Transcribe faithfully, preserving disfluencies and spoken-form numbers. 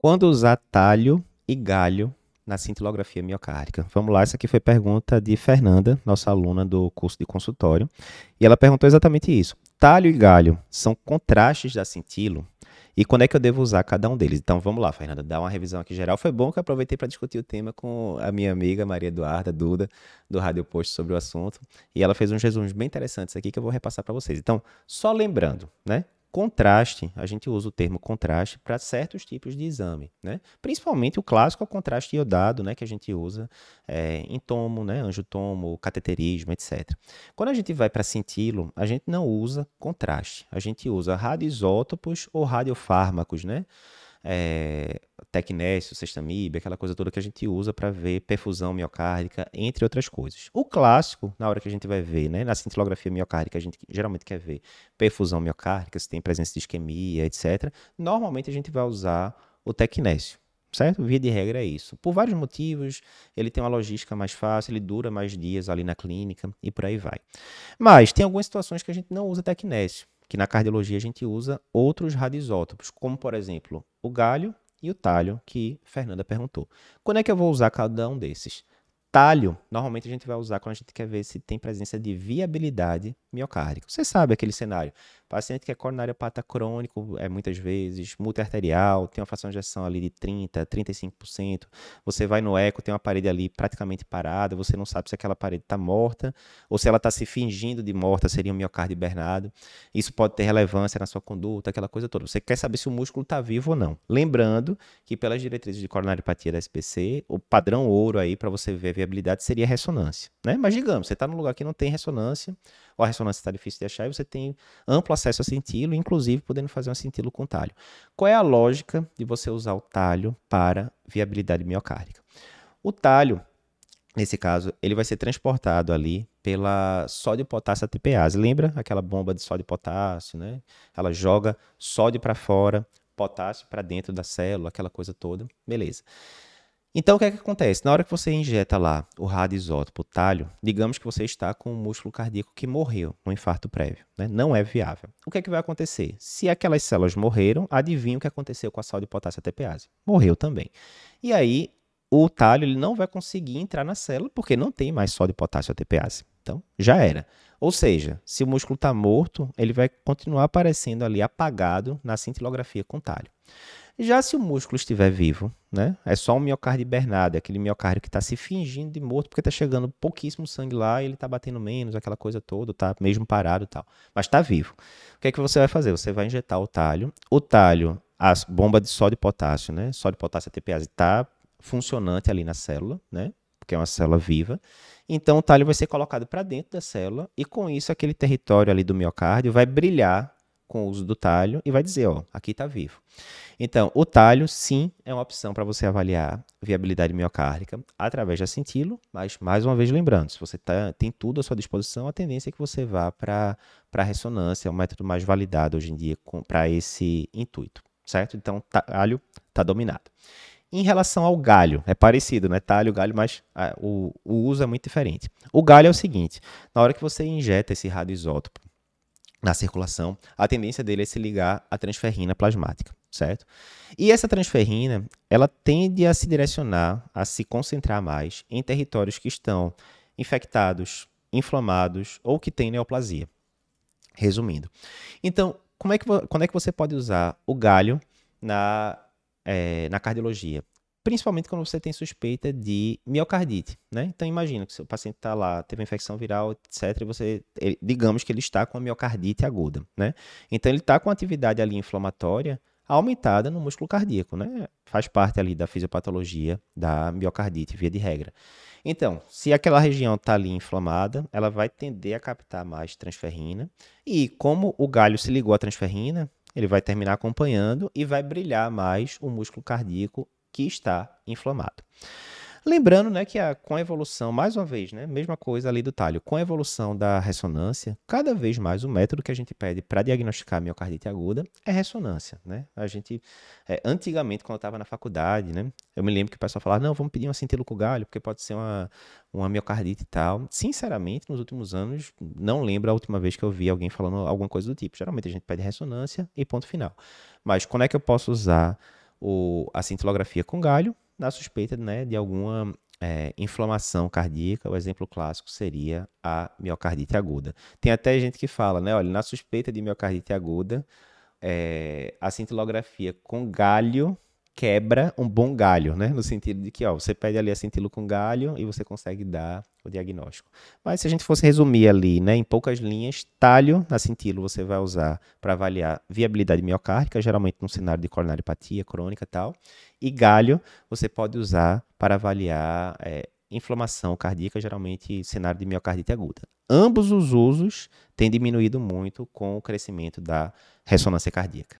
Quando usar talho e galho na cintilografia miocárdica? Vamos lá, essa aqui foi pergunta de Fernanda, nossa aluna do curso de consultório, e ela perguntou exatamente isso. Talho e galho são contrastes da cintilo? E quando é que eu devo usar cada um deles? Então vamos lá, Fernanda, dá uma revisão aqui geral. Foi bom que eu aproveitei para discutir o tema com a minha amiga Maria Eduarda Duda, do Rádio Post, sobre o assunto, e ela fez uns resumos bem interessantes aqui que eu vou repassar para vocês. Então, só lembrando, né? Contraste, a gente usa o termo contraste para certos tipos de exame, né? Principalmente o clássico é o contraste iodado, né? Que a gente usa é, em tomo, né? Angiotomo, cateterismo, etcétera. Quando a gente vai para cintilo, a gente não usa contraste, a gente usa radioisótopos ou radiofármacos, né? É, tecnésio, sextamib, aquela coisa toda que a gente usa para ver perfusão miocárdica, entre outras coisas. O clássico, na hora que a gente vai ver, né, na cintilografia miocárdica, a gente geralmente quer ver perfusão miocárdica, se tem presença de isquemia, etcétera. Normalmente a gente vai usar o tecnésio, certo? Via de regra é isso. Por vários motivos, ele tem uma logística mais fácil, ele dura mais dias ali na clínica e por aí vai. Mas tem algumas situações que a gente não usa tecnésio, que na cardiologia a gente usa outros radioisótopos, como por exemplo o galho e o talho, que Fernanda perguntou. Quando é que eu vou usar cada um desses? Talho, normalmente a gente vai usar quando a gente quer ver se tem presença de viabilidade miocárdica. Você sabe aquele cenário. Paciente que é coronariopata crônico, é muitas vezes, multiarterial, tem uma fração de ejeção ali de trinta por cento, trinta e cinco por cento. Você vai no eco, tem uma parede ali praticamente parada, você não sabe se aquela parede está morta ou se ela está se fingindo de morta, seria um miocárdio hibernado. Isso pode ter relevância na sua conduta, aquela coisa toda. Você quer saber se o músculo está vivo ou não. Lembrando que pelas diretrizes de coronariopatia da S P C, o padrão ouro aí para você ver a viabilidade seria a ressonância, né? Mas digamos, você está num lugar que não tem ressonância, ou a ressonância está difícil de achar, e você tem amplo acesso a cintilo, inclusive podendo fazer um cintilo com talho. Qual é a lógica de você usar o talho para viabilidade miocárdica? O talho, nesse caso, ele vai ser transportado ali pela sódio-potássio A T Pase. Lembra aquela bomba de sódio e potássio, né? Ela joga sódio para fora, potássio para dentro da célula, aquela coisa toda. Beleza. Então, o que é que acontece? Na hora que você injeta lá o radioisótopo, o talho, digamos que você está com um músculo cardíaco que morreu, um infarto prévio, né? Não é viável. O que é que vai acontecer? Se aquelas células morreram, adivinha o que aconteceu com a sódio potássio A T Pase? Morreu também. E aí, o talho ele não vai conseguir entrar na célula porque não tem mais sódio potássio A T Pase. Então, já era. Ou seja, se o músculo está morto, ele vai continuar aparecendo ali apagado na cintilografia com talho. Já se o músculo estiver vivo, né, é só um miocárdio hibernado, é aquele miocárdio que está se fingindo de morto porque está chegando pouquíssimo sangue lá e ele está batendo menos, aquela coisa toda, está mesmo parado e tal. Mas está vivo. O que é que você vai fazer? Você vai injetar o talho. O talho, a bomba de sódio e potássio, né, sódio, potássio, A T Pase, está funcionante ali na célula, né, porque é uma célula viva. Então o talho vai ser colocado para dentro da célula e com isso aquele território ali do miocárdio vai brilhar com o uso do talho e vai dizer, ó, aqui está vivo. Então, o talho, sim, é uma opção para você avaliar viabilidade miocárdica através da cintilo, mas, mais uma vez, lembrando, se você tá, tem tudo à sua disposição, a tendência é que você vá para a ressonância, é um método mais validado hoje em dia para esse intuito, certo? Então, talho está dominado. Em relação ao galho, é parecido, né? Talho, galho, mas ah, o, o uso é muito diferente. O galho é o seguinte, na hora que você injeta esse radioisótopo na circulação, a tendência dele é se ligar à transferrina plasmática, certo? E essa transferrina, ela tende a se direcionar, a se concentrar mais em territórios que estão infectados, inflamados ou que têm neoplasia. Resumindo. Então, como é que, quando é que você pode usar o galho na, é, na cardiologia? Principalmente quando você tem suspeita de miocardite, né? Então, imagina que o seu paciente está lá, teve uma infecção viral, etcétera, e você, ele, digamos que ele está com a miocardite aguda, né? Então, ele está com atividade ali inflamatória aumentada no músculo cardíaco, né? Faz parte ali da fisiopatologia da miocardite, via de regra. Então, se aquela região está ali inflamada, ela vai tender a captar mais transferrina, e como o galho se ligou à transferrina, ele vai terminar acompanhando e vai brilhar mais o músculo cardíaco que está inflamado. Lembrando, né, que a, com a evolução, mais uma vez, né, mesma coisa ali do talho, com a evolução da ressonância, cada vez mais o método que a gente pede para diagnosticar a miocardite aguda é ressonância, né? A gente, é, antigamente, quando eu estava na faculdade, né, eu me lembro que o pessoal falava, não, vamos pedir uma cintilo com galho, porque pode ser uma, uma miocardite e tal. Sinceramente, nos últimos anos, não lembro a última vez que eu vi alguém falando alguma coisa do tipo. Geralmente a gente pede ressonância e ponto final. Mas quando é que eu posso usar o, a cintilografia com galho na suspeita, né, de alguma é, inflamação cardíaca. O exemplo clássico seria a miocardite aguda. Tem até gente que fala, né, olha, na suspeita de miocardite aguda, é, a cintilografia com galho quebra um bom galho, né? No sentido de que, ó, você pede ali a cintilo com galho e você consegue dar o diagnóstico. Mas se a gente fosse resumir ali, né, em poucas linhas, talho na cintilo você vai usar para avaliar viabilidade miocárdica, geralmente num cenário de coronariopatia crônica e tal, e galho você pode usar para avaliar é, inflamação cardíaca, geralmente cenário de miocardite aguda. Ambos os usos têm diminuído muito com o crescimento da ressonância cardíaca.